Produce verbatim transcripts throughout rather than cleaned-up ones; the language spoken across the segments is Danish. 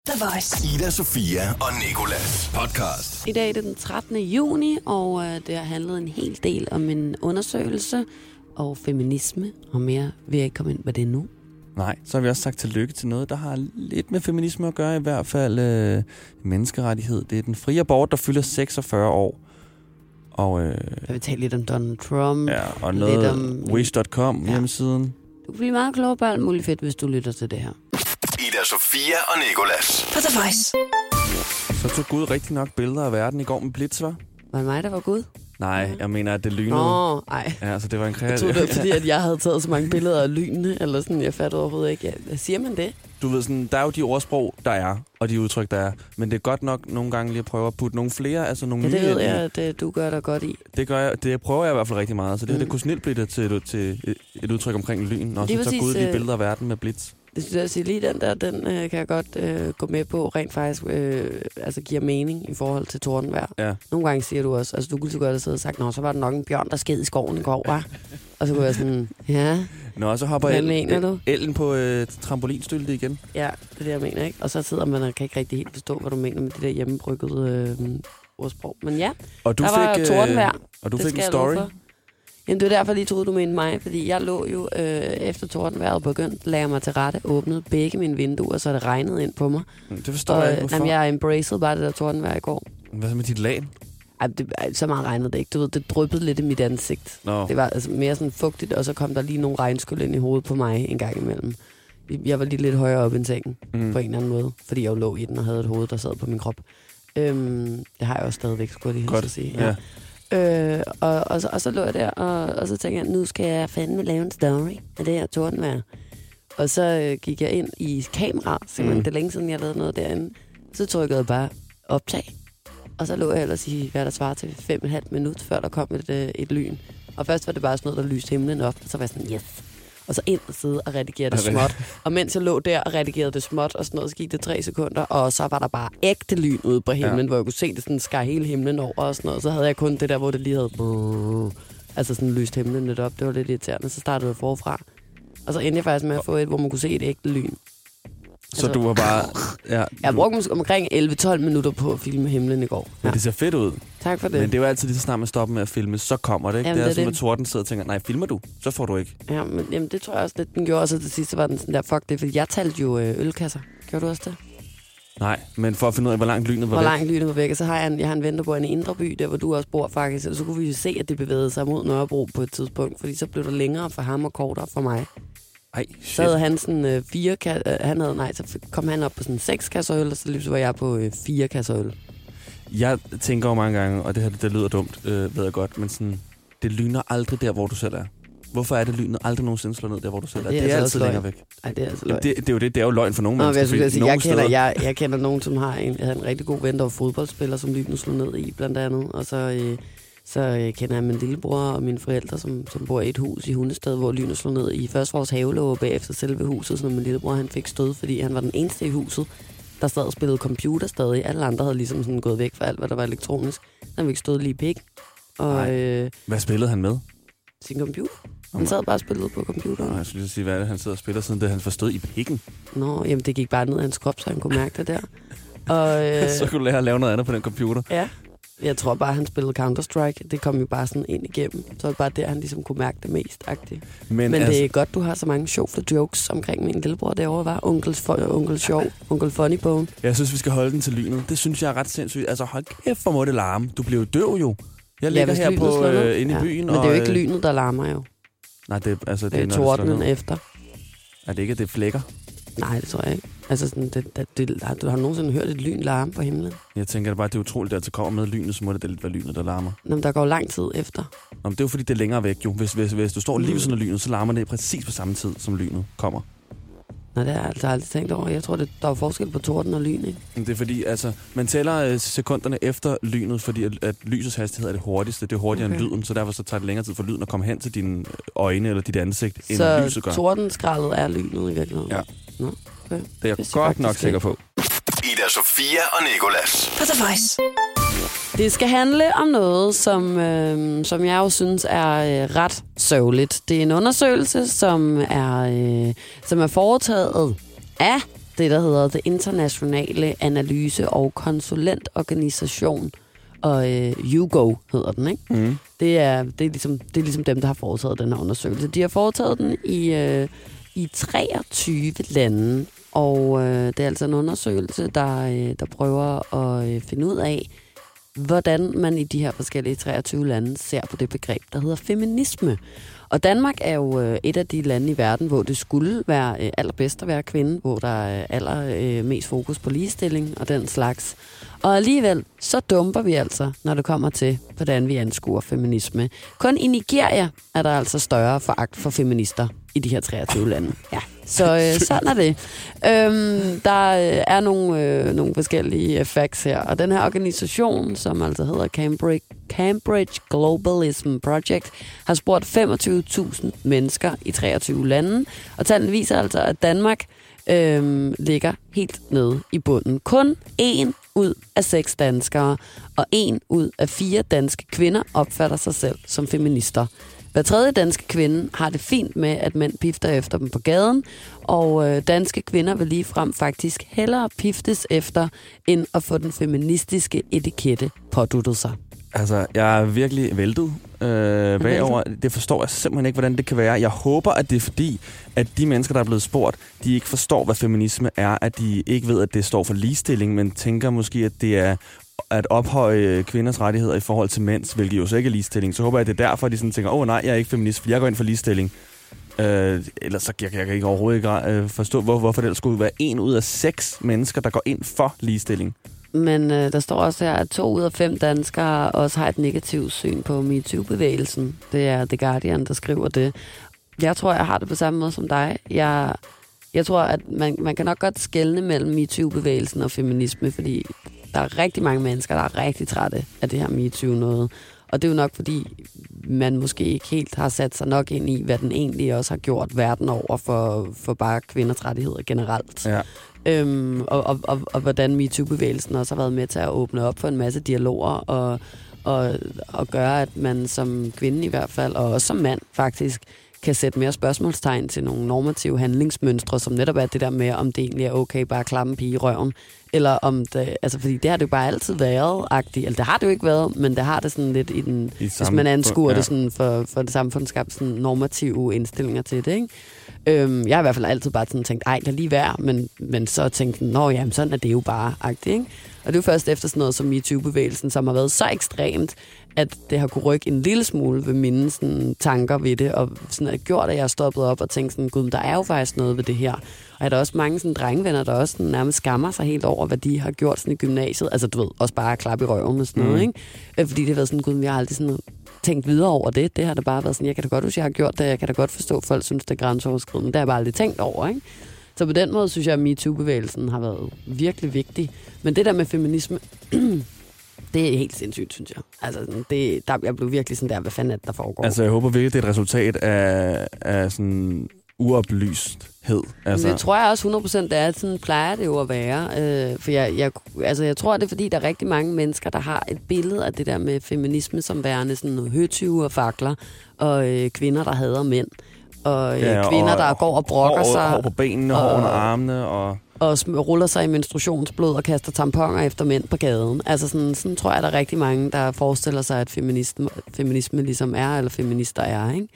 The Voice. Ida, Sofia og Nicolas podcast. I dag er det den trettende juni, og øh, det har handlet en hel del om en undersøgelse og feminisme, og mere vil jeg ikke komme ind på det nu. Nej, så har vi også sagt tillykke til noget, der har lidt med feminisme at gøre, i hvert fald øh, menneskerettighed. Det er den frie abort, der fylder seksogfyrre år. Og, øh, jeg vil tale lidt om Donald Trump. Ja, og noget om wish punktum com ja. hjemmesiden. Du kan blive meget klogere på alt muligt fedt, hvis du lytter til det her. Ida, Sofia og Nicolas. For The Voice. Så tog Gud rigtig nok billeder af verden i går med blitz, var? Var det mig, der var Gud? Nej, jeg mener, at det lynede. Nå, ej. Ja, altså det var en kreativ. Jeg troede det var, fordi at jeg havde taget så mange billeder af lynene, eller sådan, jeg fattede overhovedet ikke. Ja, hvad siger man det? Du ved sådan, der er jo de ordsprog, der er, og de udtryk, der er. Men det er godt nok nogle gange lige at prøve at putte nogle flere, altså nogle ja, det nye ved jeg, at det, du gør dig godt i. Det gør jeg, det prøver jeg i hvert fald rigtig meget. Så det, mm. det kunne snilt blive det til, til et, et udtryk omkring lyn. Og så tager Gud de billeder af verden med blitz. Det synes jeg at sige, lige den der, den øh, kan jeg godt øh, gå med på, rent faktisk øh, altså giver mening i forhold til tordenvejr. Ja. Nogle gange siger du også, altså du kunne så godt have siddet og sagt, nå, så var der nok en bjørn, der sked i skoven i går, hva'? Og så kunne jeg sådan, ja. Nå, så hopper Hvad mener el, du? Ellen på øh, trampolinstyltet igen. Ja, det er det, jeg mener, ikke? Og så sidder man og kan ikke rigtig helt forstå, hvad du mener med det der hjemmebryggede øh, ordsprog. Men ja, og du der fik, var tordenvejr. Og du det fik en story. Jamen, det var derfor, lige troede, du mente mig. Fordi jeg lå jo øh, efter tordenvejret begyndte, lagde mig til rette, åbnede begge mine vinduer, så det regnede ind på mig. Det forstår og, jeg ikke, hvorfor. Jamen, jeg embraced bare det der tordenvejr i går. Hvad så med dit lag? Ej, det, ej, så meget regnede det ikke. Du ved, det dryppede lidt i mit ansigt. Nå. Det var altså mere sådan fugtigt, og så kom der lige nogle regnskyld ind i hovedet på mig en gang imellem. Jeg var lige lidt højere op end sengen, mm. på en eller anden måde. Fordi jeg jo lå i den og havde et hoved, der sad på min krop. Øhm, det har jeg også stadigvæk, skulle jeg lige helst at sige. Ja. Ja. Øh, og, og, så, og så lå jeg der, og, og så tænkte jeg, nu skal jeg fandme lave en story af det her tordenvejr. Og så øh, gik jeg ind i kamera, simpelthen mm. det er længe siden, jeg lavede noget derinde. Så trykkede jeg bare optag. Og så lå jeg ellers i, hvad der svarer til fem og et halvt minut, før der kom et, et lyn. Og først var det bare sådan noget, der lyste himlen op, og så var jeg sådan, yes. Og så ind og sidde og redigere det småt. Og mens jeg lå der og redigerede det småt og sådan noget, så gik det tre sekunder, og så var der bare ægte lyn ude på himlen, ja. Hvor jeg kunne se det sådan skar hele himlen over og sådan noget. Så havde jeg kun det der, hvor det lige havde brrr, altså sådan lyst himlen lidt op. Det var lidt irriterende. Så startede jeg forfra. Og så endte jeg faktisk med at få et, hvor man kunne se et ægte lyn. Så altså, du var bare... Ja, jeg brugte måske omkring elleve tolv minutter på at filme himlen i går. Ja. Men det ser fedt ud. Tak for det. Men det er jo altid lige så snart man stopper med at filme, så kommer det, ikke? Jamen, det er det sådan, det. at Torden sidder og tænker, nej, filmer du? Så får du ikke. Ja, men jamen, det tror jeg også lidt, den gjorde. Og så til sidst var den sådan der, fuck det, fordi jeg talte jo øh, ølkasser. Gjorde du også det? Nej, men for at finde ud af, hvor langt lynet var hvor væk. Hvor langt lynet var væk. Og så har jeg en, jeg har en venterbord i en indre by, der hvor du også bor faktisk. Og så kunne vi jo se, at det bevægede sig mod Nørrebro på et tidspunkt. Fordi så blev det længere for ham og kortere for mig. Ej, shit. Så havde han sådan øh, fire kasser, øh, han havde, nej, så kom han op på sådan seks kasser øl, og så lige så var jeg på øh, fire kasser øl. Jeg tænker jo mange gange, og det her, det lyder dumt, øh, ved jeg godt, men sådan, det lyner aldrig der, hvor du selv er. Hvorfor er det lynet aldrig nogensinde slår ned der, hvor du selv er? Det er, det er altså altid længere væk. Ej, det er altså løgn. Det, det er jo det, det er jo løgn for nogen Nå, mennesker. Jeg, sige, jeg, kender, jeg, jeg, jeg kender nogen, som har en, en rigtig god ven, der var fodboldspiller, som lynet slog ned i, blandt andet. Og så, øh, så øh, kender jeg min lillebror og mine forældre, som, som bor i et hus i Hundested, hvor lynet slog ned i først vores havelåg og bagefter selve huset. Så min lillebror han fik stød, fordi han var den eneste i huset, der sad og spillede computer stadig. Alle andre havde ligesom sådan gået væk fra alt, hvad der var elektronisk. Han fik stød lige i pik. Og, øh, hvad spillede han med? Sin computer. Han sad bare og spillede på computeren. Nå, jeg skulle lige sige, hvad er det, han sidder og spiller, siden det han forstod i pikken. Nå, jamen det gik bare ned af hans krop, så han kunne mærke det der. Og, øh, så kunne du lære at lave noget andet på den computer. Ja. Jeg tror bare, han spillede Counter-Strike. Det kom jo bare sådan ind igennem. Så var det bare der, han ligesom kunne mærke det mest. -agtigt. Men, Men altså, det er godt, du har så mange sjove jokes omkring min lillebror derovre, var onkel, onkel sjov, onkel funny bone. Jeg synes, vi skal holde den til lynet. Det synes jeg er ret sindssygt. Altså hold kæft, hvor må det larme. Du bliver jo døv jo. Jeg ligger ja, her på øh, inde i byen. Men det er jo ikke lynet, der larmer jo. Nej, det, altså, det, det er det, tordenen efter. Er det ikke, det er flækker? Nej, det tror jeg ikke. Altså, sådan, det, det, det, du har nogensinde hørt et lyn larme på himlen? Jeg tænker det bare, det er utroligt, at det kommer med lynet, så må det, det lidt være lynet, der larmer. Nå, men der går lang tid efter. Nå, men det er jo fordi, det er længere væk jo. Hvis, hvis, hvis du står lige ved sådan af lynet, så larmer det præcis på samme tid, som lynet kommer. Nå, det har jeg altså aldrig tænkt over. Jeg tror, det, der er forskel på torden og lyn, ikke? Det er fordi, altså, man tæller øh, sekunderne efter lynet, fordi at, at lysets hastighed er det hurtigste. Det er hurtigere okay. end lyden, så derfor så tager det længere tid for lyden at komme hen til dine øjne eller dit ansigt, end så lyset gør. Så tordenskraldet er lynet i virkeligheden? Ja. Nå, okay. Det er jeg det godt nok sikker på. Ida, Sofia og Nicolas. For The Voice. Det skal handle om noget, som, øh, som jeg jo synes er øh, ret sørgeligt. Det er en undersøgelse, som er, øh, som er foretaget af det, der hedder det Internationale Analyse- og Konsulentorganisation, og øh, U G O hedder den, ikke? Mm. Det er, det, er ligesom, det er ligesom dem, der har foretaget den her undersøgelse. De har foretaget den i, øh, i treogtyve lande, og øh, det er altså en undersøgelse, der, øh, der prøver at øh, finde ud af, hvordan man i de her forskellige treogtyve lande ser på det begreb, der hedder feminisme. Og Danmark er jo øh, et af de lande i verden, hvor det skulle være øh, allerbedst at være kvinde, hvor der er allermest øh, fokus på ligestilling og den slags. Og alligevel, så dumper vi altså, når det kommer til, hvordan vi anskuer feminisme. Kun i Nigeria er der altså større foragt for feminister i de her treogtyve lande. Ja, så øh, sådan er det. Øhm, der er nogle, øh, nogle forskellige facts her, og den her organisation, som altså hedder Cambridge, Cambridge Globalism Project, har spurgt femogtyve tusind mennesker i treogtyve lande, og tallene viser altså, at Danmark øhm, ligger helt nede i bunden. Kun en ud af seks danskere og en ud af fire danske kvinder opfatter sig selv som feminister. Hver tredje danske kvinde har det fint med, at mænd pifter efter dem på gaden, og øh, danske kvinder vil ligefrem faktisk hellere piftes efter, end at få den feministiske etikette påduttet sig. Altså, jeg er virkelig væltet øh, bagover. Det forstår jeg simpelthen ikke, hvordan det kan være. Jeg håber, at det er fordi, at de mennesker, der er blevet spurgt, de ikke forstår, hvad feminisme er. At de ikke ved, at det står for ligestilling, men tænker måske, at det er at ophøje kvinders rettigheder i forhold til mænds, hvilket jo så ikke er ligestilling. Så håber jeg, at det er derfor, at de sådan tænker, åh oh, nej, jeg er ikke feminist, for jeg går ind for ligestilling. Øh, ellers så jeg, jeg kan ikke overhovedet ikke øh, forstå, hvor, hvorfor det skulle være en ud af seks mennesker, der går ind for ligestilling. Men øh, der står også her, at to ud af fem danskere også har et negativt syn på MeToo-bevægelsen. Det er The Guardian, der skriver det. Jeg tror, jeg har det på samme måde som dig. Jeg, jeg tror, at man, man kan nok godt skelne mellem MeToo-bevægelsen og feminisme, fordi der er rigtig mange mennesker, der er rigtig trætte af det her MeToo noget. Og det er jo nok, fordi man måske ikke helt har sat sig nok ind i, hvad den egentlig også har gjort verden over for, for bare kvinders rettigheder generelt. Ja. Øhm, og, og, og, og hvordan MeToo-bevægelsen også har været med til at åbne op for en masse dialoger og, og, og gøre, at man som kvinde i hvert fald, og også som mand faktisk, kan sætte mere spørgsmålstegn til nogle normative handlingsmønstre, som netop er det der med, om det egentlig er okay bare at klappe en pige i røven, eller om det, altså fordi det har det jo bare altid været-agtigt, eller det har det jo ikke været, men det har det sådan lidt i den, I hvis man anskuer ja. det sådan for, for det samfundsskabte sådan normative indstillinger til det, ikke? Øhm, jeg har i hvert fald altid bare sådan tænkt, ej, lad lige være, men, men så tænkte nå jamen, sådan er det jo bare-agtigt, ikke? Og det er jo først efter sådan noget som MeToo-bevægelsen, som har været så ekstremt, at det har kunne rykke en lille smule ved mine sådan, tanker ved det, og sådan har gjort, at jeg har stoppet op og tænkt sådan, gud, der er jo faktisk noget ved det her. Og jeg har der også mange sådan, drengevenner, der også sådan, nærmest skammer sig helt over, hvad de har gjort sådan, i gymnasiet. Altså du ved, også bare at klappe i røven og sådan noget, mm. ikke? Fordi det har været sådan, gud, jeg har aldrig sådan tænkt videre over det. Det har da bare været sådan, jeg kan da godt huske, jeg har gjort det, jeg kan da godt forstå, at folk synes, det er grænseoverskridende. Det har jeg bare aldrig tænkt over, ikke? Så på den måde synes jeg, at MeToo-bevægelsen har været virkelig vigtig. Men det der med feminisme, det er helt sindssygt, synes jeg. Altså, det, der, jeg blev virkelig sådan der, hvad fanden er det, der foregår? Altså, jeg håber virkelig, det er et resultat af, af sådan uoplysthed. Altså. Men det tror jeg også hundrede procent, det er, sådan plejer det jo at være. Øh, for jeg, jeg, altså, jeg tror, det er fordi, der er rigtig mange mennesker, der har et billede af det der med feminisme som værende sådan høtyve og fakler, og øh, kvinder, der hader mænd. Og øh, ja, kvinder, og, der går og brokker hår, sig. Hår på benene, og hår under armene. Og, og ruller sig i menstruationsblod og kaster tamponer efter mænd på gaden. Altså sådan, sådan tror jeg, der er rigtig mange, der forestiller sig, at feminisme, feminisme ligesom er, eller feminister er, ikke?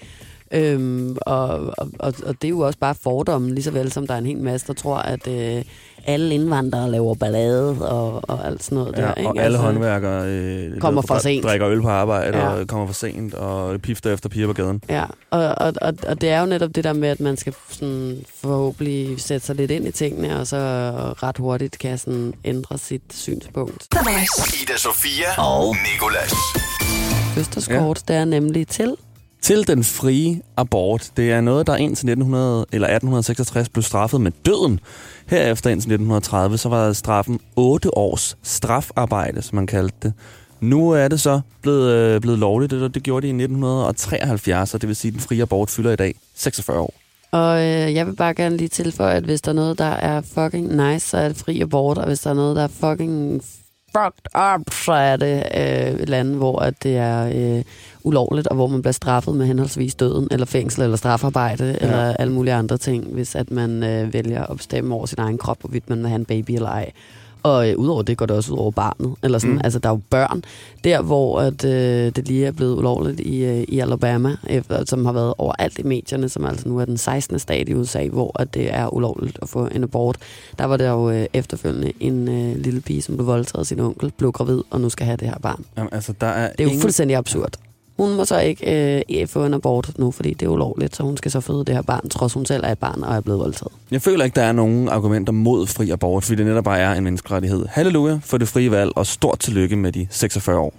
Øhm, og, og, og det er jo også bare fordommen, lige så vel som der er en hel masse, der tror, at øh, alle indvandrere laver ballade og, og alt sådan noget ja, der. Ikke? Og alle altså, håndværkere øh, kommer for sent. Drikker øl på arbejde ja. og kommer for sent og pifter efter piger på gaden. Ja, og, og, og, og det er jo netop det der med, at man skal sådan forhåbentlig sætte sig lidt ind i tingene, og så ret hurtigt kan sådan ændre sit synspunkt. Ida Sofia og Nicolas. Fødselskort, ja. Det er nemlig til... Til den frie abort. Det er noget, der indtil nitten hundrede, eller atten seksogtres blev straffet med døden. Herefter indtil nitten tredive, så var straffen otte års strafarbejde, som man kaldte det. Nu er det så blevet, øh, blevet lovligt, og det gjorde det i nitten treoghalvfjerds, og det vil sige, at den frie abort fylder i dag seksogfyrre år. Og øh, jeg vil bare gerne lige tilføje, at hvis der er noget, der er fucking nice, så er det fri abort, og hvis der er noget, der er fucking fucked up, så er det øh, lande, hvor at det er øh, ulovligt, og hvor man bliver straffet med henholdsvis døden, eller fængsel, eller strafarbejde, ja. eller alle mulige andre ting, hvis at man øh, vælger at bestemme over sin egen krop, hvorvidt man vil have en baby eller ej. Og øh, udover det går det også ud over barnet. Eller sådan. Mm. Altså, der er jo børn. Der, hvor at, øh, det lige er blevet ulovligt i, øh, i Alabama, efter, som har været overalt i medierne, som altså nu er den sekstende stat i U S A, hvor at det er ulovligt at få en abort. Der var der jo øh, efterfølgende en øh, lille pige, som blev voldtaget af sin onkel, blev gravid, og nu skal have det her barn. Jamen, altså, der er det er jo ingen... fuldstændig absurd. Hun må så ikke øh, få en abort nu, fordi det er ulovligt, så hun skal så føde det her barn, trods hun selv er et barn og er blevet voldtaget. Jeg føler ikke, der er nogen argumenter mod fri abort, fordi det netop bare er en menneskerettighed. Halleluja for det frie valg, og stort tillykke med de seksogfyrre år.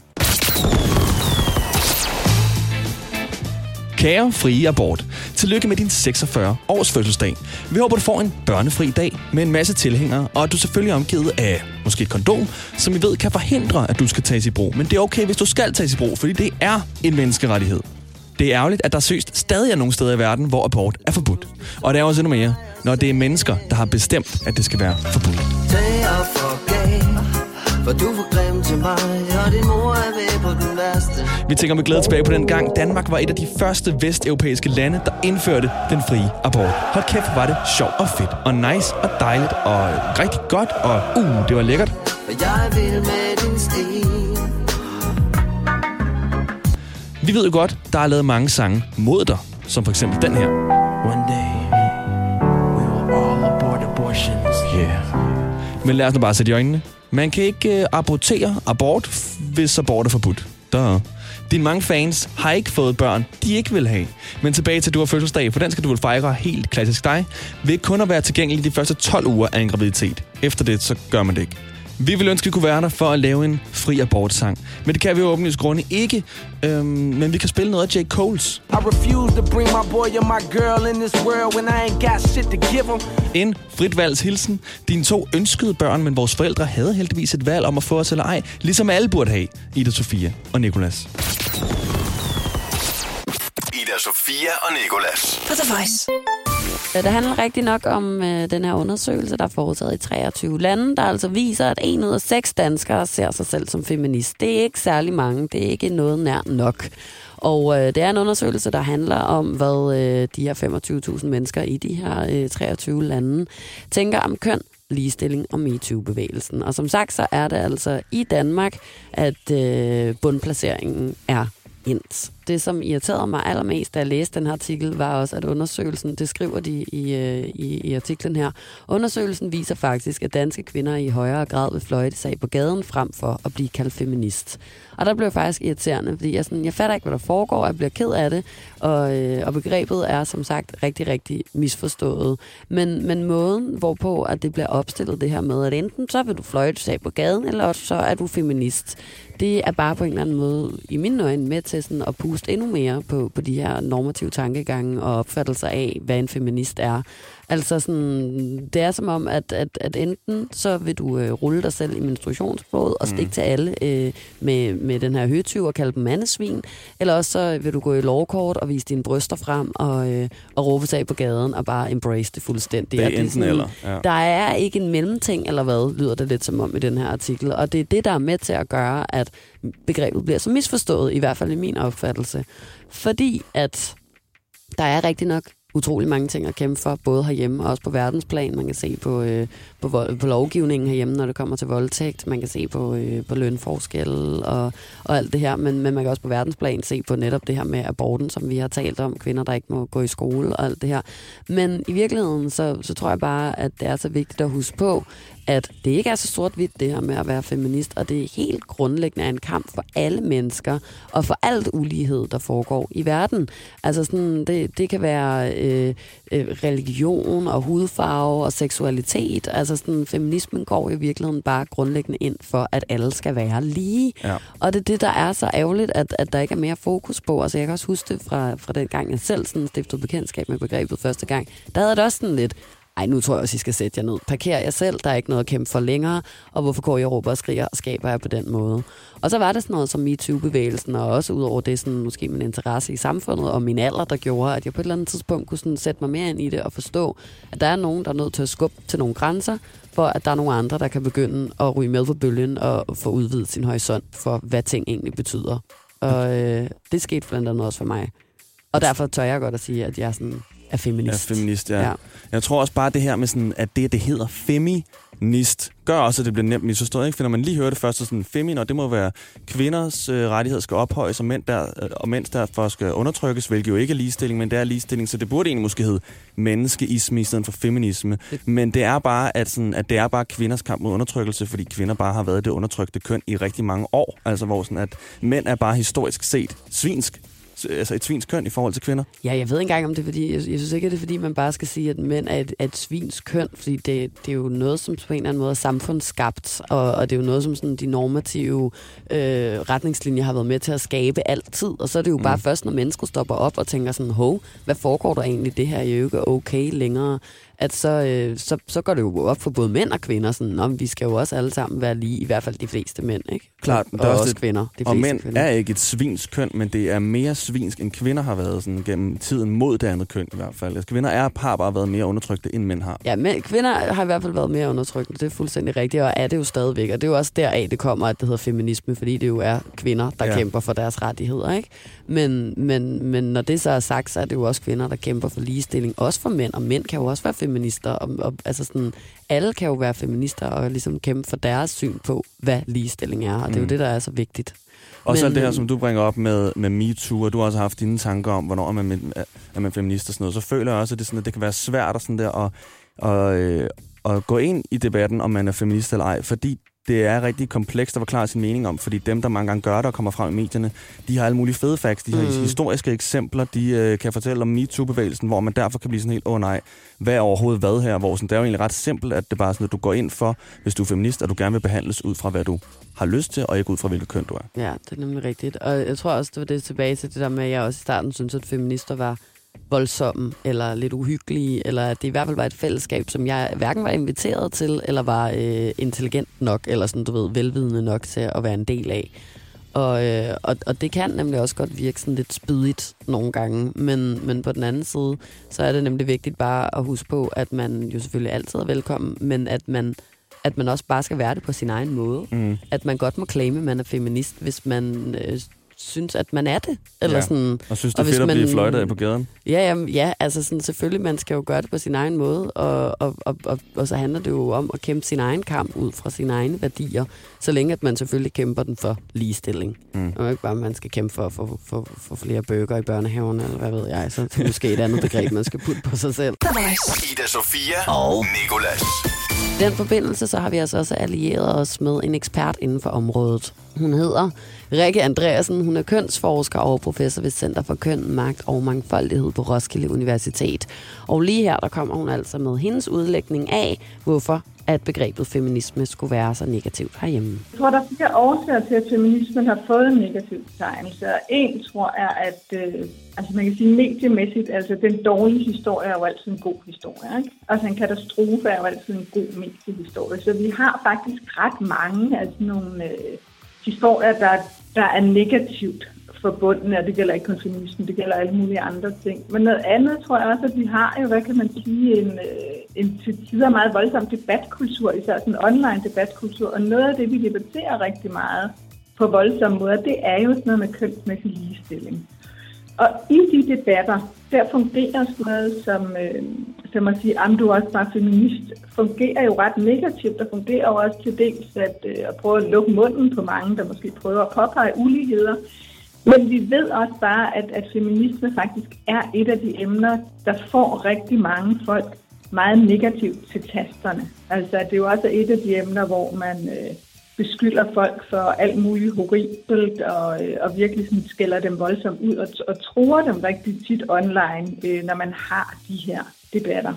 Kære frie abort, tillykke med din seksogfyrre års fødselsdag. Vi håber, du får en børnefri dag med en masse tilhængere, og at du selvfølgelig er omgivet af måske et kondom, som vi ved kan forhindre, at du skal tages i brug. Men det er okay, hvis du skal tages i brug, fordi det er en menneskerettighed. Det er ærgerligt, at der søst stadig er nogle steder i verden, hvor abort er forbudt. Og det er også endnu mere, når det er mennesker, der har bestemt, at det skal være forbudt. For du var grim til mig, og din mor er med på den værste. Vi tænker med glæde tilbage på den gang, Danmark var et af de første vesteuropæiske lande, der indførte den frie abort. Hold kæft, var det sjovt og fedt, og nice og dejligt, og rigtig godt, og uh, det var lækkert. Jeg vil med din stil. Vi ved jo godt, der er lavet mange sange mod dig, som for eksempel den her. One day, we were all aboard abortions. Yeah. Men lad os nu bare sætte i øjnene. Man kan ikke uh, abortere abort, hvis abort er forbudt. Duh. Dine mange fans har ikke fået børn, de ikke vil have. Men tilbage til, at du har fødselsdag, for den skal du vel fejre helt klassisk dig, ved kun at være tilgængelig de første tolv uger af en graviditet. Efter det, så gør man det ikke. Vi vil ønske, at vi kunne være der for at lave en fri abortsang. Men det kan vi jo åbenlyst grunde ikke. Øhm, men vi kan spille noget af J. Cole's. En fritvalgshilsen. Dine to ønskede børn, men vores forældre havde heldigvis et valg om at få os eller ej. Ligesom alle burde have. Ida Sofia og Nicolas. Ida Sofia og Nicolas. For The Voice. Det handler rigtig nok om øh, den her undersøgelse, der er foretaget i treogtyve lande, der altså viser, at en ud af seks danskere ser sig selv som feminist. Det er ikke særlig mange, det er ikke noget nær nok. Og øh, det er en undersøgelse, der handler om, hvad øh, de her femogtyve tusind mennesker i de her øh, treogtyve lande tænker om køn, ligestilling og MeToo-bevægelsen. Og som sagt, så er det altså i Danmark, at øh, bundplaceringen er ens. Det, som irriterede mig allermest, da jeg læste den her artikel, var også, at undersøgelsen, det skriver de i, i, i artiklen her, undersøgelsen viser faktisk, at danske kvinder i højere grad vil fløjte sig på gaden frem for at blive kaldt feminist. Og der blev jeg faktisk irriterende, fordi jeg, sådan, jeg fatter ikke, hvad der foregår, og jeg bliver ked af det, og, øh, og begrebet er som sagt rigtig, rigtig misforstået. Men, men måden, hvorpå at det bliver opstillet det her med, at enten så vil du fløjte sig på gaden, eller så er du feminist, det er bare på en eller anden måde, i mine øjne, med til sådan at puste endnu mere på, på de her normative tankegange og opfattelser af, hvad en feminist er. Altså sådan, det er som om, at, at, at enten så vil du øh, rulle dig selv i menstruationsblod og stikke mm. til alle øh, med, med den her høtyv og kalde dem mandesvin, eller også så vil du gå i lovkort og vise dine bryster frem og, øh, og råbe sig af på gaden og bare embrace det fuldstændig. Det er enten sådan, eller. Ja. Der er ikke en mellemting, eller hvad, lyder det lidt som om i den her artikel, og det er det, der er med til at gøre, at begrebet bliver så misforstået, i hvert fald i min opfattelse. Fordi at der er rigtig nok utrolig mange ting at kæmpe for, både herhjemme og også på verdensplan. Man kan se på, øh, på, på lovgivningen herhjemme, når det kommer til voldtægt. Man kan se på, øh, på lønforskel og, og alt det her. Men, men man kan også på verdensplan se på netop det her med aborten, som vi har talt om. Kvinder, der ikke må gå i skole og alt det her. Men i virkeligheden, så, så tror jeg bare, at det er så vigtigt at huske på, at det ikke er så sort-hvidt, det her med at være feminist, og det er helt grundlæggende en kamp for alle mennesker, og for alt ulighed, der foregår i verden. Altså sådan, det, det kan være øh, øh, religion og hudfarve og seksualitet. Altså sådan, feminismen går i virkeligheden bare grundlæggende ind for, at alle skal være lige. Ja. Og det er det, der er så ærgerligt, at, at der ikke er mere fokus på. Altså jeg kan også huske det fra, fra den gang, jeg selv sådan stiftede bekendtskab med begrebet første gang. Der havde det også sådan lidt, ej, nu tror jeg også, I skal sætte jer ned. Parker jer selv, der er ikke noget at kæmpe for længere, og hvorfor går I og råber og skriger og skaber jeg på den måde? Og så var det sådan noget som MeToo-bevægelsen, og også ud over det, sådan, måske min interesse i samfundet og min alder, der gjorde, at jeg på et eller andet tidspunkt kunne sådan sætte mig mere ind i det og forstå, at der er nogen, der er nødt til at skubbe til nogle grænser, for at der er nogle andre, der kan begynde at ryge med på bølgen og få udvidet sin horisont for, hvad ting egentlig betyder. Og øh, det skete blandt andet også for mig. Og derfor tør jeg godt at sige, at jeg sådan er feminist. Ja, feminist, ja. ja. Jeg tror også bare det her med sådan, at det, det hedder feminist, gør også, at det bliver nemt misforstået. Ikke? For når man lige hører det først, så sådan femin, og det må være kvinders øh, rettigheder skal ophøjes, og, mænd der, øh, og mænds derfor skal undertrykkes, hvilket jo ikke er ligestilling, men det er ligestilling, så det burde egentlig måske hedde menneskeisme i stedet for feminisme. Men det er bare, at, sådan, at det er bare kvinders kamp mod undertrykkelse, fordi kvinder bare har været det undertrykte køn i rigtig mange år. Altså hvor sådan, at mænd er bare historisk set svinsk. Altså et svins køn i forhold til kvinder? Ja, jeg ved ikke engang, om det er fordi... Jeg, jeg synes ikke, at det er fordi, man bare skal sige, at mænd er et, er et svins køn, fordi det, det er jo noget, som på en eller anden måde er samfundsskabt, og, og det er jo noget, som sådan de normative øh, retningslinjer har været med til at skabe altid, og så er det jo mm. bare først, når mennesker stopper op og tænker sådan, hov, hvad foregår der egentlig? Det her er jo ikke okay længere. At så, øh, så, så går det jo op for både mænd og kvinder, sådan, om vi skal jo også alle sammen være lige, i hvert fald de fleste mænd, ikke? Klart, og, og også det, kvinder. De og mænd kvinder. er ikke et svins køn, men det er mere svinsk, end kvinder har været sådan, gennem tiden mod det andet køn i hvert fald. Altså, kvinder er, har bare været mere undertrykte, end mænd har. Ja, men kvinder har i hvert fald været mere undertrykte, det er fuldstændig rigtigt, og er det jo stadigvæk. Og det er jo også deraf, det kommer, at det hedder feminisme, fordi det jo er kvinder, der ja. kæmper for deres rettigheder, ikke? Men, men, men når det så er sagt, så er det jo også kvinder, der kæmper for ligestilling, også for mænd, og mænd kan jo også være feminister, og, og altså sådan, alle kan jo være feminister og ligesom kæmpe for deres syn på, hvad ligestilling er, og det er jo mm. det, der er så vigtigt. Og så det her, som du bringer op med, med MeToo, og du har også haft dine tanker om, hvornår er man, er man feminist og sådan noget, så føler jeg også, at det, sådan, at det kan være svært og sådan der, at, at, øh, at gå ind i debatten, om man er feminist eller ej, fordi det er rigtig komplekst at forklare sin mening om, fordi dem, der mange gange gør det og kommer frem i medierne, de har alle mulige fede facts, de har mm. historiske eksempler, de øh, kan fortælle om MeToo-bevægelsen, hvor man derfor kan blive sådan helt, åh oh, nej, hvad er overhovedet hvad her? Hvor sådan, det er jo egentlig ret simpelt, at det bare er sådan, at du går ind for, hvis du er feminist, at du gerne vil behandles ud fra, hvad du har lyst til, og ikke ud fra, hvilket køn du er. Ja, det er nemlig rigtigt. Og jeg tror også, det var det tilbage til det der med, at jeg også i starten synes, at feminister var voldsomme, eller lidt uhyggelige, eller at det i hvert fald var et fællesskab, som jeg hverken var inviteret til, eller var øh, intelligent nok, eller sådan, du ved, velvidende nok til at være en del af. Og, øh, og, og det kan nemlig også godt virke sådan lidt spydigt nogle gange, men, men på den anden side, så er det nemlig vigtigt bare at huske på, at man jo selvfølgelig altid er velkommen, men at man, at man også bare skal være det på sin egen måde. Mm. At man godt må claime, at man er feminist, hvis man øh, synes, at man er det. Eller ja. sådan, og synes, det er fedt at blive fløjtet af på gaden. Ja, ja, ja, altså sådan, selvfølgelig, man skal jo gøre det på sin egen måde, og, og, og, og, og så handler det jo om at kæmpe sin egen kamp ud fra sine egne værdier, så længe at man selvfølgelig kæmper den for ligestilling. Mm. Og ikke bare, at man skal kæmpe for, for, for, for flere burger i børnehaven, eller hvad ved jeg, så det er måske et andet begreb, man skal putte på sig selv. Ida Sofia og Nicolas. I den forbindelse, så har vi altså også allieret os med en ekspert inden for området. Hun hedder Rikke Andreasen. Hun er kønsforsker og professor ved Center for Køn, Magt og Mangfoldighed på Roskilde Universitet. Og lige her, der kommer hun altså med hendes udlægning af, hvorfor at begrebet feminisme skulle være så negativt herhjemme. Jeg tror, der er flere årsager til, at feminismen har fået en negativ betegnelse. En tror jeg, at øh, altså man kan sige mediemæssigt, altså den dårlige historie er jo altid en god historie, ikke? Altså en katastrofe er jo altid en god mediehistorie. Så vi har faktisk ret mange af sådan nogle øh, historier, der, der er negativt forbundne, og det gælder ikke kun feminismen, det gælder alle mulige andre ting. Men noget andet tror jeg også, at vi har jo, hvad kan man sige, en, en til tider meget voldsom debatkultur, især sådan en online debatkultur, og noget af det, vi debatterer rigtig meget på voldsomme måder, det er jo sådan noget med kønsmæssig ligestilling. Og i de debatter, der fungerer sådan noget som, øh, som at sige, at du er også bare feminist, fungerer jo ret negativt, og fungerer jo også til dels at, øh, at prøve at lukke munden på mange, der måske prøver at påpege uligheder. Men vi ved også bare, at, at feminisme faktisk er et af de emner, der får rigtig mange folk meget negativt til tasterne. Altså det er jo også et af de emner, hvor man øh, beskylder folk for alt muligt horribelt og, øh, og virkelig sådan skælder dem voldsomt ud og, og truer dem rigtig tit online, øh, når man har de her debatter.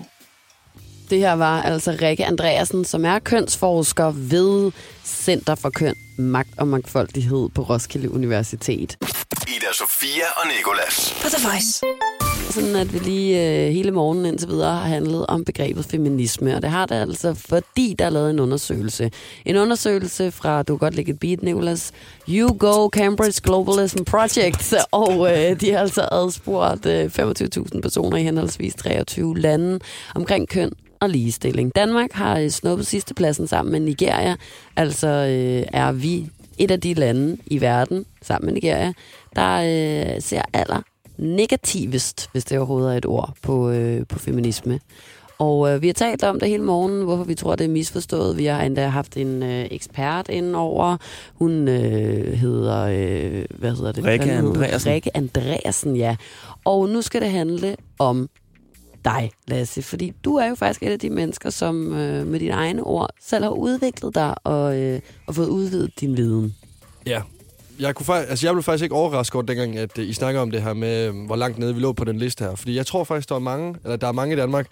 Det her var altså Rikke Andreasen, som er kønsforsker ved Center for Køn, Magt og Mangfoldighed på Roskilde Universitet. Ida Sofia og Nicolas. For The Voice. sådan at vi lige øh, hele morgenen indtil videre har handlet om begrebet feminisme, og det har det altså, fordi der er lavet en undersøgelse. En undersøgelse fra, du kan godt lægge et beat, Nicholas, You Go Cambridge Globalism Project, og øh, de har altså adspurgt øh, femogtyve tusind personer i henholdsvis treogtyve lande omkring køn og ligestilling. Danmark har snuppet sidstepladsen sammen med Nigeria, altså øh, er vi et af de lande i verden, sammen med Nigeria, der øh, ser aller negativest, hvis det overhovedet er et ord, på, øh, på feminisme. Og øh, vi har talt om det hele morgen, hvorfor vi tror, det er misforstået. Vi har endda haft en øh, ekspert inden over. Hun øh, hedder, øh, hvad hedder det? Rikke Andreasen. Rikke Andreasen, ja. Og nu skal det handle om dig, Lasse, fordi du er jo faktisk et af de mennesker, som øh, med dine egne ord selv har udviklet dig og, øh, og fået udvidet din viden. Ja. Jeg, kunne faktisk, altså jeg blev faktisk ikke overrasket over dengang, at uh, I snakker om det her med, um, hvor langt nede vi lå på den liste her. Fordi jeg tror faktisk, der er mange, eller der er mange i Danmark,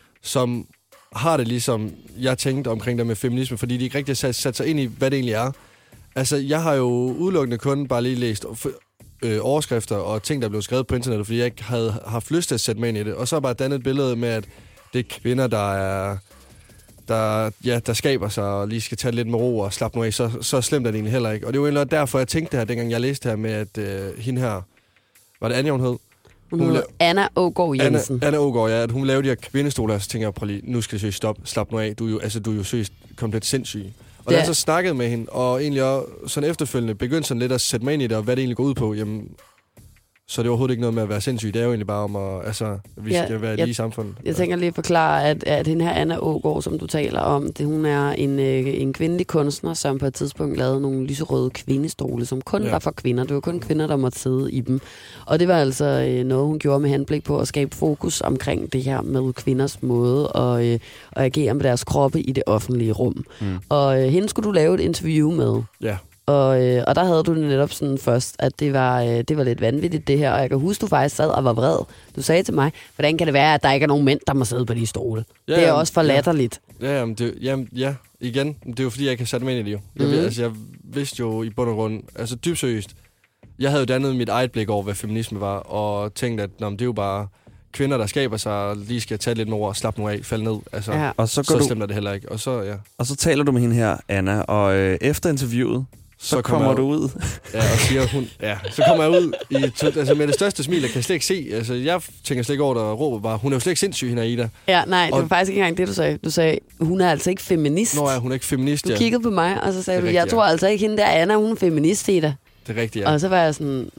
som har det ligesom, jeg tænkte omkring det med feminisme, fordi de ikke rigtig har sat sig ind i, hvad det egentlig er. Altså, jeg har jo udelukkende kun bare lige læst øh, overskrifter og ting, der blev skrevet på internettet, fordi jeg ikke havde haft lyst til at sætte mig ind i det. Og så har jeg bare dannet et billede med, at det er kvinder, der er... Der, ja, der skaber sig og lige skal tage lidt med ro og slappe nu af, så, så slemt er det egentlig heller ikke. Og det var egentlig derfor, jeg tænkte det her, dengang jeg læste det her med, at øh, hende her, var det Anja, hun hed? Hun, hun hed Anna Aagaard Jensen. Anna, Anna Aagaard, ja, at hun lavede de her kvindestoler, og så tænker jeg, prøv lige, nu skal det søge stop, slap nu af, du er jo, altså, du er jo søgt komplet sindssyg. Og da jeg så snakkede med hende, og egentlig også sådan efterfølgende begyndte sådan lidt at sætte mig ind i det, og hvad det egentlig går ud på, jamen, så er det overhovedet ikke noget med at være sindssyg. Det er jo egentlig bare om, at altså, vi skal ja, være lige i samfundet. Jeg tænker lige at forklare, at, at den her Anna Aagaard, som du taler om, det, hun er en, en kvindelig kunstner, som på et tidspunkt lavede nogle lyserøde kvindestole, som kun ja. var for kvinder. Det var kun kvinder, der måtte sidde i dem. Og det var altså noget, hun gjorde med henblik på at skabe fokus omkring det her med kvinders måde at, at agere med deres kroppe i det offentlige rum. Mm. Og hende skulle du lave et interview med. Ja. Og, øh, og der havde du netop sådan først, at det var, øh, det var lidt vanvittigt det her, og jeg kan huske, du faktisk sad og var vred. Du sagde til mig, hvordan kan det være, at der ikke er nogen mænd, der må sidde på de stole? Ja, det er jamen, også for latterligt. Ja, jamen, det, jamen, ja, igen, det er jo fordi, jeg ikke har sat mig ind i det jo. Jeg, mm-hmm. altså, jeg vidste jo i bund og grund, altså dybt seriøst, jeg havde jo dannet mit eget blik over, hvad feminisme var, og tænkte, at nå, det er jo bare kvinder, der skaber sig, og lige skal tage lidt med ord, slappe nu af, falde ned. Altså, ja. Og så, så slemt er det heller ikke. Og så, ja. Og så taler du med hende her, Anna, og øh, efter interviewet, Så, så kommer, kommer du ud. Ja, og siger hun... Ja, så kommer jeg ud i, altså med det største smil, jeg kan slet ikke se. Altså, jeg tænker slet ikke over det og råber bare, hun er jo slet ikke sindssyg, hende Ida. Ja, nej, og, det var faktisk ikke engang det, du sagde. Du sagde, hun er altså ikke feminist. Nå ja, hun er ikke feminist, du ja. Du kiggede på mig, og så sagde du, rigtigt, jeg tror ja. altså ikke, hende der Anna, hun er feminist, Ida. Det er rigtigt, ja. Og så var jeg sådan,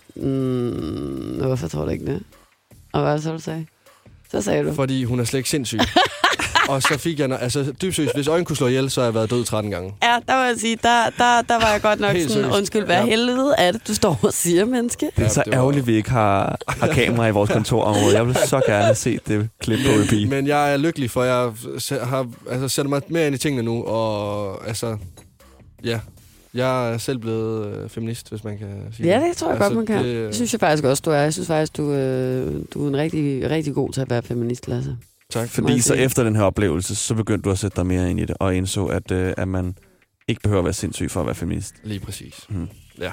mm, hvorfor tror du ikke det? Og hvad så du sagde? Så sagde du. Fordi hun er slet ikke sindssyg. Og så fik jeg, altså dybt seriøst, hvis øjnene kunne slå ihjel, så har jeg været død tretten gange. Ja, der var jeg sige, der, der, der var jeg godt nok Helt sådan, seriøst. undskyld, hvad ja. helvede er det, du står og siger, menneske? Det er så ærgerligt, at vi ikke har, har kamera i vores kontorområde. Jeg vil så gerne se det klip på Øbi. Men jeg er lykkelig, for jeg har altså, sat mig mere ind i tingene nu, og altså, ja... Jeg er selv blevet øh, feminist, hvis man kan sige det. Ja, det tror jeg altså, godt, man kan. Det, det synes jeg faktisk også, du er. Jeg synes faktisk, du, øh, du er en rigtig, rigtig god til at være feminist, Lasse. Tak. Fordi så efter den her oplevelse, så begyndte du at sætte dig mere ind i det, og indså, at, øh, at man ikke behøver at være sindssyg for at være feminist. Lige præcis. Hmm. Ja.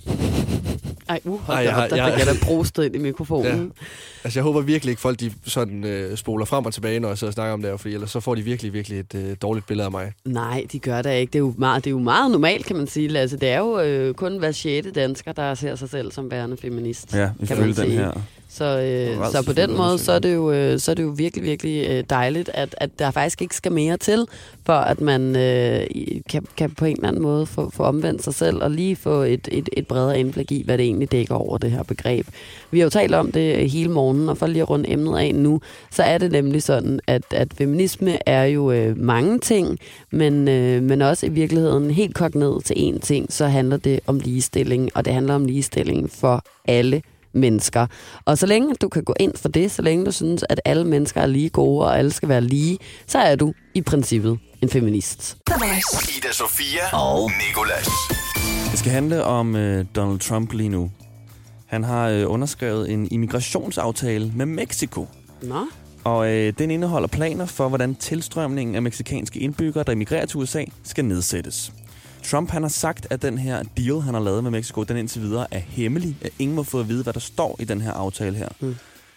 Ej, uh, hold Ej, jeg, op, der fik jeg da brostet ind i mikrofonen. Ja. Altså, jeg håber virkelig ikke, folk de sådan øh, spoler frem og tilbage, når jeg sidder og snakker om det, fordi ellers så får de virkelig, virkelig et øh, dårligt billede af mig. Nej, de gør det ikke. Det er jo meget, det er jo meget normalt, kan man sige. Altså, det er jo øh, kun hver sjette dansker, der ser sig selv som værende feminist. Ja, ifølge den her. Så, øh, så på den måde, så er det jo, øh, så er det jo virkelig, virkelig øh, dejligt, at, at der faktisk ikke skal mere til, for at man øh, kan, kan på en eller anden måde få, få omvendt sig selv, og lige få et, et, et bredere indblik i, hvad det egentlig dækker over det her begreb. Vi har jo talt om det hele morgenen, og for lige at runde emnet af nu, så er det nemlig sådan, at, at feminisme er jo øh, mange ting, men, øh, men også i virkeligheden helt kogt ned til én ting, så handler det om ligestilling, og det handler om ligestilling for alle mennesker. Og så længe du kan gå ind for det, så længe du synes, at alle mennesker er lige gode, og alle skal være lige, så er du i princippet en feminist. Ida Sofia og Nicholas. Det skal handle om øh, Donald Trump lige nu. Han har øh, underskrevet en immigrationsaftale med Mexico. Nå? Og øh, den indeholder planer for, hvordan tilstrømningen af mexikanske indbyggere, der immigrerer til U S A, skal nedsættes. Trump han har sagt, at den her deal, han har lavet med Mexico, den indtil videre er hemmelig. At ingen må få at vide, hvad der står i den her aftale her. Mm.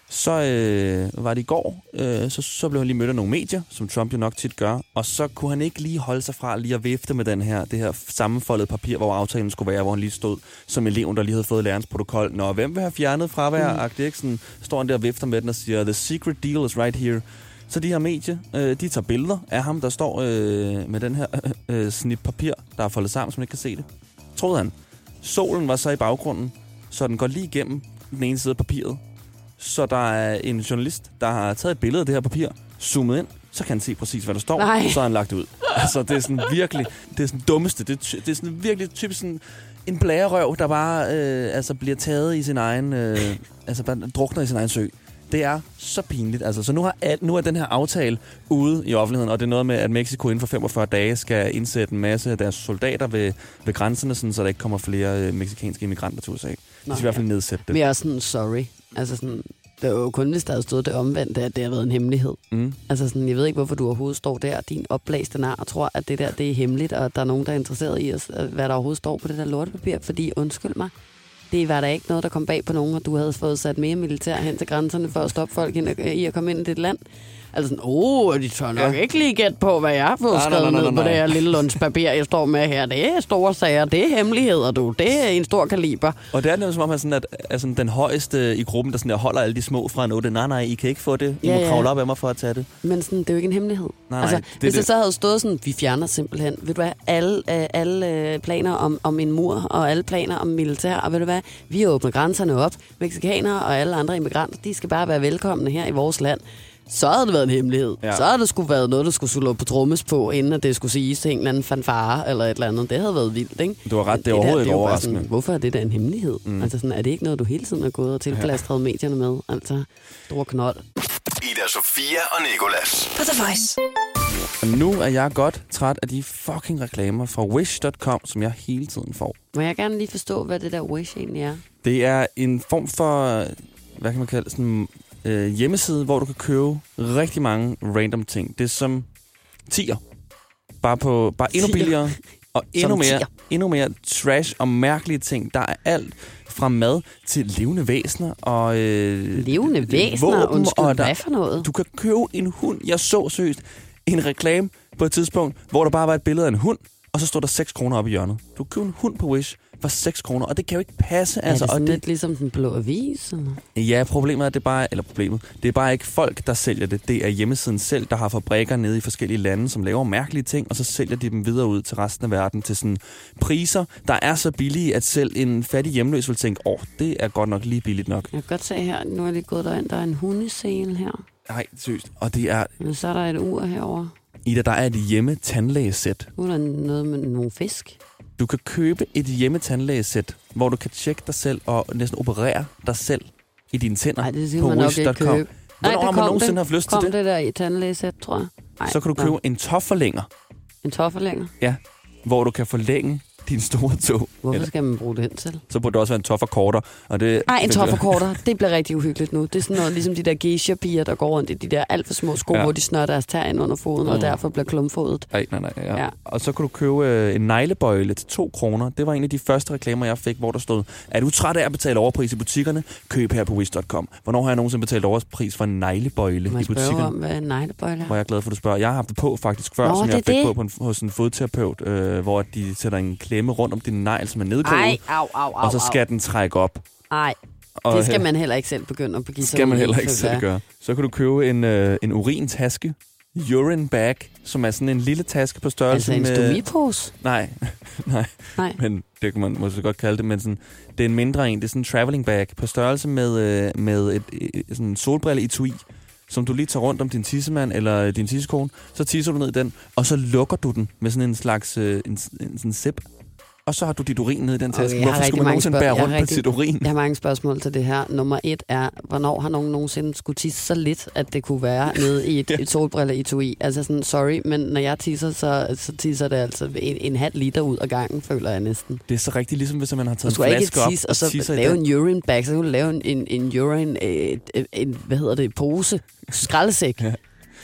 Så øh, var det i går, øh, så, så blev han lige mødt af nogle medier, som Trump jo nok tit gør, og så kunne han ikke lige holde sig fra lige at vifte med den her, det her sammenfoldede papir, hvor aftalen skulle være, hvor han lige stod som eleven, der lige havde fået lærerens protokol. Nå, hvem vil have fjernet fravær? Mm. Sådan, står han der og vifter med den og siger, the secret deal is right here. Så de her medier, øh, de tager billeder af ham, der står øh, med den her øh, snit papir, der er foldet sammen, så man ikke kan se det. Troede han. Solen var så i baggrunden, så den går lige igennem den ene side af papiret. Så der er en journalist, der har taget et billede af det her papir, zoomet ind, så kan han se præcis, hvad der står, Nej. så har han lagt det ud. Altså, det er sådan virkelig, det er sådan dummeste, det er, det er sådan virkelig typisk sådan en blærerøv, der bare øh, altså bliver taget i sin egen, øh, altså bare drukner i sin egen sø. Det er så pinligt. Altså, så nu, har alt, nu er den her aftale ude i offentligheden, og det er noget med, at Mexico inden for femogfyrre dage skal indsætte en masse af deres soldater ved, ved grænserne, sådan, så der ikke kommer flere øh, mexikanske immigranter til U S A. De skal i hvert fald nedsætte det. Men jeg er sådan, sorry. Altså sådan, det er jo kun, hvis der havde stået det omvendte, at det har været en hemmelighed. Mm. Altså sådan, jeg ved ikke, hvorfor du overhovedet står der, din opblæste nar, og tror, at det der, det er hemmeligt, og at der er nogen, der er interesseret i, os, hvad der overhovedet står på det der lortepapir, fordi, undskyld mig, det var der ikke noget, der kom bag på nogen, og du havde fået sat mere militær hen til grænserne for at stoppe folk i at komme ind i dit land. Altså sådan, åh, oh, de tør nok ja. ikke lige gætte på, hvad jeg har fået nej, skrevet nej, nej, nej, nej. ned på det her lille lunchpapir, jeg står med her. Det er store sager, det er hemmeligheder, du. Det er en stor kaliber. Og det er nemlig som om, at, sådan, at altså, den højeste i gruppen, der, sådan, der holder alle de små fra en otte. Nej, nej, I kan ikke få det. I ja, må kravle op af mig for at tage det. Men sådan, det er jo ikke en hemmelighed. Nej, altså, nej, det, hvis det, det så havde stået sådan, vi fjerner simpelthen, ved du hvad, alle, øh, alle planer om, om en mur, og alle planer om militær, og ved du hvad, vi åbner grænserne op. Mexikanere og alle andre immigranter, de skal bare være velkomne her i vores land. Så havde det været en hemmelighed. Ja. Så havde det skulle været noget, der skulle slå på trommes på, inden at det skulle siges til en eller anden fanfare eller et eller andet. Det havde været vildt, ikke? Du har ret, det er overhovedet ikke overraskende. Sådan, hvorfor er det da en hemmelighed? Mm. Altså sådan, er det ikke noget, du hele tiden har gået og tilplastret ja. medierne med? Altså, store knold. Ida Sofia og Nicolas. På The Voice. Og nu er jeg godt træt af de fucking reklamer fra wish punktum com, som jeg hele tiden får. Må jeg gerne lige forstå, hvad det der Wish egentlig er? Det er en form for, hvad kan man kalde sådan øh, hjemmeside, hvor du kan købe rigtig mange random ting. Det er som tier. Bare på bare endnu billigere og endnu mere, endnu mere trash og mærkelige ting. Der er alt fra mad til levende væsener og øh, levende væsener? Våben, undskyld, og der, hvad for noget? Du kan købe en hund. Jeg så seriøst en reklame på et tidspunkt, hvor der bare var et billede af en hund, og så stod der seks kroner op i hjørnet. Du kan købe en hund på Wish for seks kroner, og det kan jo ikke passe. Er altså, det sådan og det, lidt ligesom den blå avis? Eller? Ja, problemet er, at det bare, eller problemet, det er bare ikke folk, der sælger det. Det er hjemmesiden selv, der har fabrikker nede i forskellige lande, som laver mærkelige ting, og så sælger de dem videre ud til resten af verden til sådan priser, der er så billige, at selv en fattig hjemløs vil tænke, åh, oh, det er godt nok lige billigt nok. Jeg kan godt se her, nu er jeg lige gået derind, der er en hundesele her. Nej, seriøst. Og det er... Men så er der et ur herovre. Ida, der er et hjemme tandlægesæt. Nu er der noget med nogle fisk. Du kan købe et hjemme tandlægesæt, hvor du kan tjekke dig selv og næsten operere dig selv i dine tænder. Nej, det siger på man nok ikke købe. Hvornår har man nogensinde det. haft lyst kom til det? det der i tandlægesæt, tror jeg. Ej, så kan du købe nå. en tåforlænger. En tåforlænger? Ja, hvor du kan forlænge din store tog. Hvorfor Eller? skal man bruge den til? Så burde det også være en tofferkorter. Nej, en tofferkorter. Det bliver rigtig uhyggeligt nu. Det er sådan noget, ligesom de der geisha-piger, der går rundt i de der alt for små sko, ja. hvor de snør deres tær ind under foden, mm. og derfor bliver klumpfodet. Nej, nej, nej. Ja. Ja. Og så kan du købe øh, en neglebøjle til to kroner. Det var en af de første reklamer, jeg fik, hvor der stod, er du træt af at betale overpris i butikkerne? Køb her på wish punktum com. Hvornår har jeg nogensinde betalt overpris for en neglebøjle i butikkerne? Må jeg om, hvad en neglebøjle er? Hvor jeg er glad for, at du spørger. Jeg har haft det på faktisk før, Nå, som jeg fik det. på, på en, hos en fodterapeut, øh, hvor de sætter en klemme rundt om din negl, som er nedkoget. Ej, au, au, au, og så skal au. den trække op. Nej, det skal man heller ikke selv begynde at begive sig. Det skal man heller ikke selv gøre. Så kan du købe en, øh, en urintaske, urine bag, som er sådan en lille taske på størrelse med... Altså en stomipose? Nej, nej, nej, men det kan man måske godt kalde det, men sådan, det er en mindre en. Det er sådan en traveling bag på størrelse med, øh, med et, et, sådan en solbrille-etui, som du lige tager rundt om din tissemand eller din tissekone. Så tisser du ned i den, og så lukker du den med sådan en slags øh, en, en, en zip. Og så har du dit urin nede i den taske. Okay, hvorfor skulle man nogensinde bære rundt rigtig, på sit urin? Jeg har mange spørgsmål til det her. Nummer et er, hvornår har nogen nogensinde skulle tisse så lidt, at det kunne være nede i et, et solbrille-etui? Altså sådan, sorry, men når jeg tisser, så, så tisser det altså en, en halv liter ud af gangen, føler jeg næsten. Det er så rigtigt, ligesom hvis man har taget en flaske op og, og så lave en urine bag, så kan du lave en, en, en urine, en, en, hvad hedder det, pose, skraldesæk. Ja.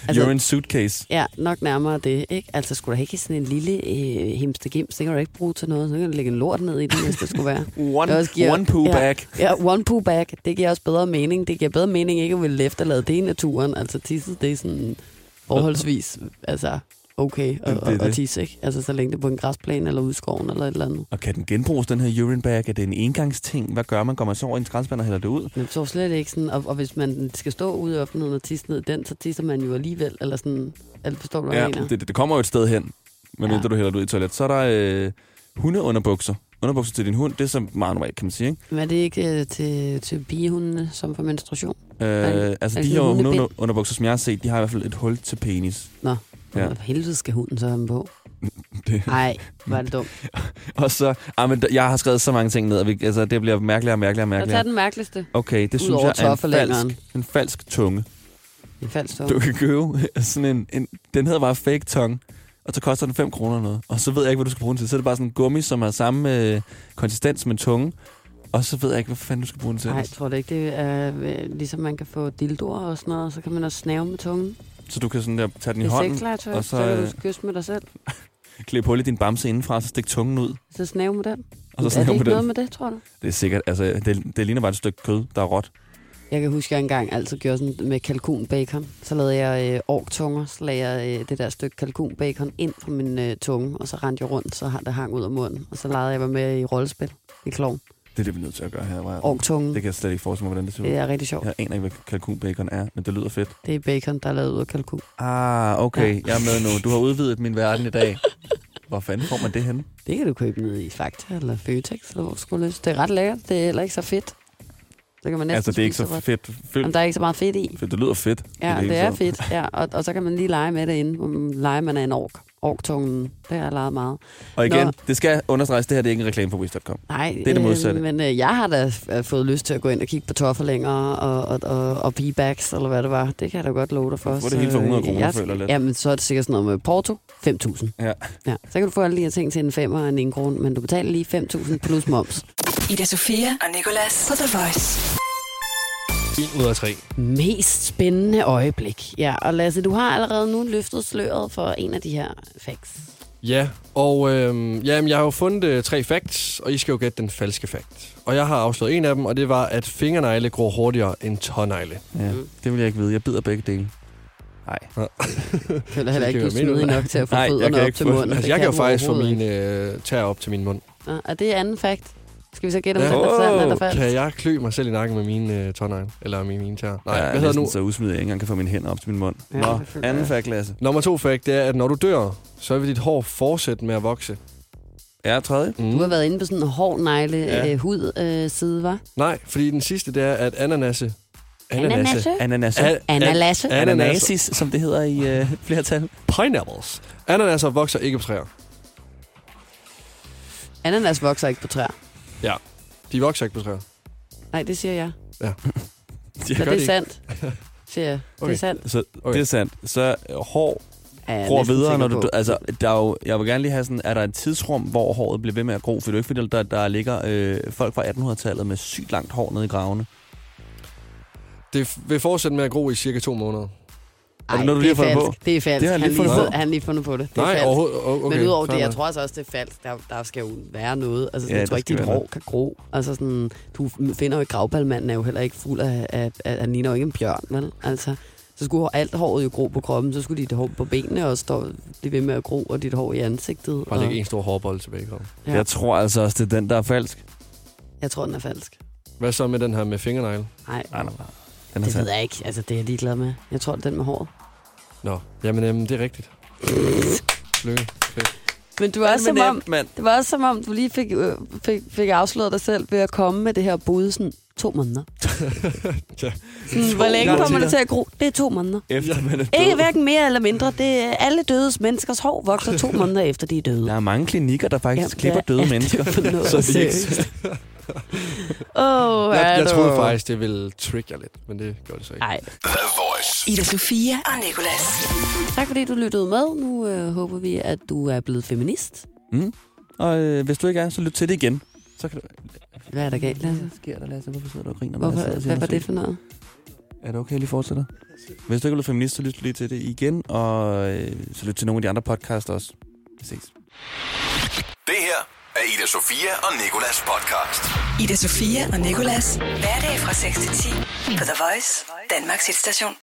Altså- Urine suitcase. Ja, nok nærmere det, ikke? Altså, skulle der ikke sådan en lille øh, himstegims? Det kan du ikke bruge til noget. Så kan du lægge en lort ned i det, hvis det skulle være. One, Det også giver- one poo ja. bag. Ja, one poo bag. Det giver også bedre mening. Det giver bedre mening ikke at ville efterlade det i naturen. Altså, tisset, det er sådan forholdsvis, altså, okay at, Det er at, det. at tisse, ikke? Altså, så længe det er på en græsplæne eller ude i skoven eller et eller andet. Og kan den genbruges, den her urine bag? Er det en engangsting? Hvad gør man? Går man så over i en skraldespand og hælder det ud? Men så slet ikke sådan, og, og hvis man skal stå ude i offentligheden og tisse ned i den, så tisser man jo alligevel, eller sådan, altså, forstår du, hvad Ja, jeg mener? det, det kommer jo et sted hen, medmindre Ja. du hælder det ud i toilet. Så er der øh, hundeunderbukser. Underbukser til din hund, det er så meget normalt, kan man sige, ikke? Men er det ikke øh, til, til pigehundene, som får menstruation? Øh, det- altså, er de det her hundebind? hundeunderbukser, som jeg har set, de har i hvert fald et hul til penis. Nå, Ja. ja. helvede skal hunden så have dem på? Det. Nej, hvor er det dumt. Og så, ah, men jeg har skrevet så mange ting ned, og vi, altså, det bliver mærkeligere og mærkeligere og Lad os tage mærkeligere. den mærkeligste. Okay, det synes Udover jeg er en toffelængeren. falsk, en falsk tunge. En falsk Du kan købe sådan en, en, den hedder bare fake tongue, og så koster den fem kroner eller noget. Og så ved jeg ikke, hvad du skal bruge den til. Så er det bare sådan en gummi, som har samme øh, konsistens med tunge. Og så ved jeg ikke, hvad fanden du skal bruge den til. Nej, jeg tror det ikke. Det er øh, ligesom man kan få dildoer og sådan noget, så kan man også snave med tungen. Så du kan sådan der tage den i Det er hånden, sexlegetøj, og så, så, så kan øh, du kysse med dig selv. klippe hul i din bamse indenfra, og så stikke tungen ud. Så snave med den. Og så er snave det med ikke den. noget med det, tror du? Det er sikkert, altså, det, det ligner bare et stykke kød, der er råt. Jeg kan huske, at jeg engang altid gjorde sådan med kalkunbacon. Så lavede jeg øh, orktunger, så lagde jeg øh, det der stykke kalkunbacon ind på min øh, tunge, og så rendte jeg rundt, så har det hang ud af munden. Og så legede jeg mig med i rollespil i klovn. Det er det, vi er nødt til at gøre her. Var Orktungen. Det kan jeg slet ikke forestille mig, hvordan det ser ud. Det er rigtig sjovt. Jeg aner ikke, hvad kalkunbacon er, men det lyder fedt. Det er bacon, der er lavet ud af kalkun. Ah, okay. Ja. Jeg er med nu. Du har udvidet min verden i dag. Hvor fanden får man det henne? Det kan du købe ned i Fakta eller Føtex, eller hvor du skulle lyst. Det er ret lækkert. Det er heller ikke så fedt. Så kan man næsten Altså, det er ikke så spise ret. fedt. fedt. Jamen, der er ikke så meget fedt i. Det lyder fedt. Ja, hele det er taget. fedt. Ja, og, og så kan man lige lege med det inde. Hvor man leger man af en ork. Orktungen. Det har jeg leget meget. Og igen, Nå. det skal understreges, det her det er ikke en reklame for Wish punktum com. Nej, Det er det modsatte. Øh, men øh, jeg har da øh, fået lyst til at gå ind og kigge på toffelænger og, og, og, og p-bags, eller hvad det var. Det kan jeg da godt love dig for. Du får det hele for hundrede kroner, jeg, føler jeg lidt. Jamen, så er det sikkert sådan noget med Porto. fem tusind. Ja. Ja. Så kan du få alle de her ting til en femmer og en en krone, men du betaler lige fem tusind plus moms. Ida Sofia og Nicolas på The Voice. En ud af tre. Mest spændende øjeblik. Ja, og Lasse, du har allerede nu løftet sløret for en af de her facts. Ja, og øhm, jamen, jeg har jo fundet øh, tre facts, og I skal jo gætte den falske fact. Og jeg har afsløret en af dem, og det var, at fingernegle gror hurtigere end tånegle. Ja, det vil jeg ikke vide. Jeg bider begge dele. Nej. Jeg føler heller Det ikke, du er giver mening. smidig nok til at få Nej, jeg fødderne kan op ikke til få- munden. Altså, Det jeg kan jo du faktisk få overhovedet mine øh, tær op til min mund. ikke. Ja, er det anden fact? Skal vi så gætte, om Ja. den er sand eller falsk? Kan jeg klø mig selv i nakken med mine øh, tånegle? Eller med mine tær? Nej, jeg er hvad hedder næsten nu? så usmidig, at jeg ikke engang kan få mine hænder op til min mund. Ja, Nå, det føler anden jeg. fact, Lasse. Nummer to fact, det er, at når du dør, så vil dit hår fortsætte med at vokse. Ja, tredje. Mm. Du har været inde på sådan en hård negle Ja. øh, hud øh, side, var? Nej, fordi den sidste, det er, at ananasse... Ananasse? Ananas. A- Analasse? a- Ananaser. Ananasis, som det hedder i øh, flertal. Pineapples. Ananaser vokser ikke på træer. Ananas vokser ikke på træer. Ja, de vokser ikke på træer. Nej, det siger jeg. Ja. Så gør det de er ikke. sandt, siger jeg. Det Okay. er sandt. Så Okay. det er sandt. Så øh, hår Er jeg gror næsten videre, sikker når du på. dør. Altså, der er jo, jeg vil gerne lige have sådan, er der et tidsrum, hvor håret bliver ved med at gro? For det er jo ikke fordi, der, der ligger øh, folk fra attenhundredetallet med sygt langt hår nede i gravene. Det f- vil fortsætte med at gro i cirka to måneder. Ej, Er det noget, du lige har det er fundet falsk. på? Det er falsk. Det har han lige han, fundet lige, på. han har lige fundet på det. Det er Nej, falsk. overhovedet. Okay, Men udover det, fair jeg nok. tror altså også, det er falsk. Der, der skal jo være noget. Altså, sådan, Ja, jeg tror der ikke, skal dit være hår kan gro. Altså, sådan, du finder jo ikke, gravbalmanden er jo heller ikke fuld af, af, af, han ligner jo ikke en bjørn, vel? Altså, så skulle alt håret jo gro på kroppen, så skulle dit hår på benene også stå, blive ved med at gro, og dit hår i ansigtet. Bare og, lægge en stor hårbold tilbage i kroppen. Ja. Jeg tror altså også, det er den, der er falsk. Jeg tror, den er falsk. Hvad så med den her med fingernegle? Nej, Nej, nej, nej. Den er det sand. ved jeg ikke. Altså, det er jeg ligeglad med. Jeg tror, det er den med håret. Nå, jamen øhm, det er rigtigt. Lykke. Fedt. Men du var også som om, mand. det var også som om, du lige fik, øh, fik, fik afsløret dig selv ved at komme med det her bud sådan to måneder. Ja. Sådan, hvor længe gange kommer det til. til at gro? Det er to måneder. Efter man er Ikke død. hverken mere eller mindre. Det er alle dødes menneskers hår vokser to måneder efter de er døde. Der er mange klinikker, der faktisk Ja, klipper hvad døde er det mennesker. for noget? Så de ikke... Åh, oh, Jeg, jeg troede faktisk, det ville trick jer lidt, men det gjorde det så ikke. Nej. The Voice. Ida Sofia og Nicolas. Tak fordi du lyttede med. Nu øh, håber vi, at du er blevet feminist. Mm. Og øh, hvis du ikke er, så lyt til det igen. Så kan du... Hvad er der galt, Lasse? Hvad sker der, Lasse? Hvorfor sidder du og griner? Hvorfor, hvad var det for noget? Er det okay, lige fortsætter? Hvis du ikke vil være feminist, så lyt lige til det igen, og øh, så lyt til nogle af de andre podcasts også. Vi ses. Det her er Ida Sofia og Nicolas podcast. Ida Sofia og Nicolas. Hverdag fra seks til ti på The Voice, Danmarks hitstation.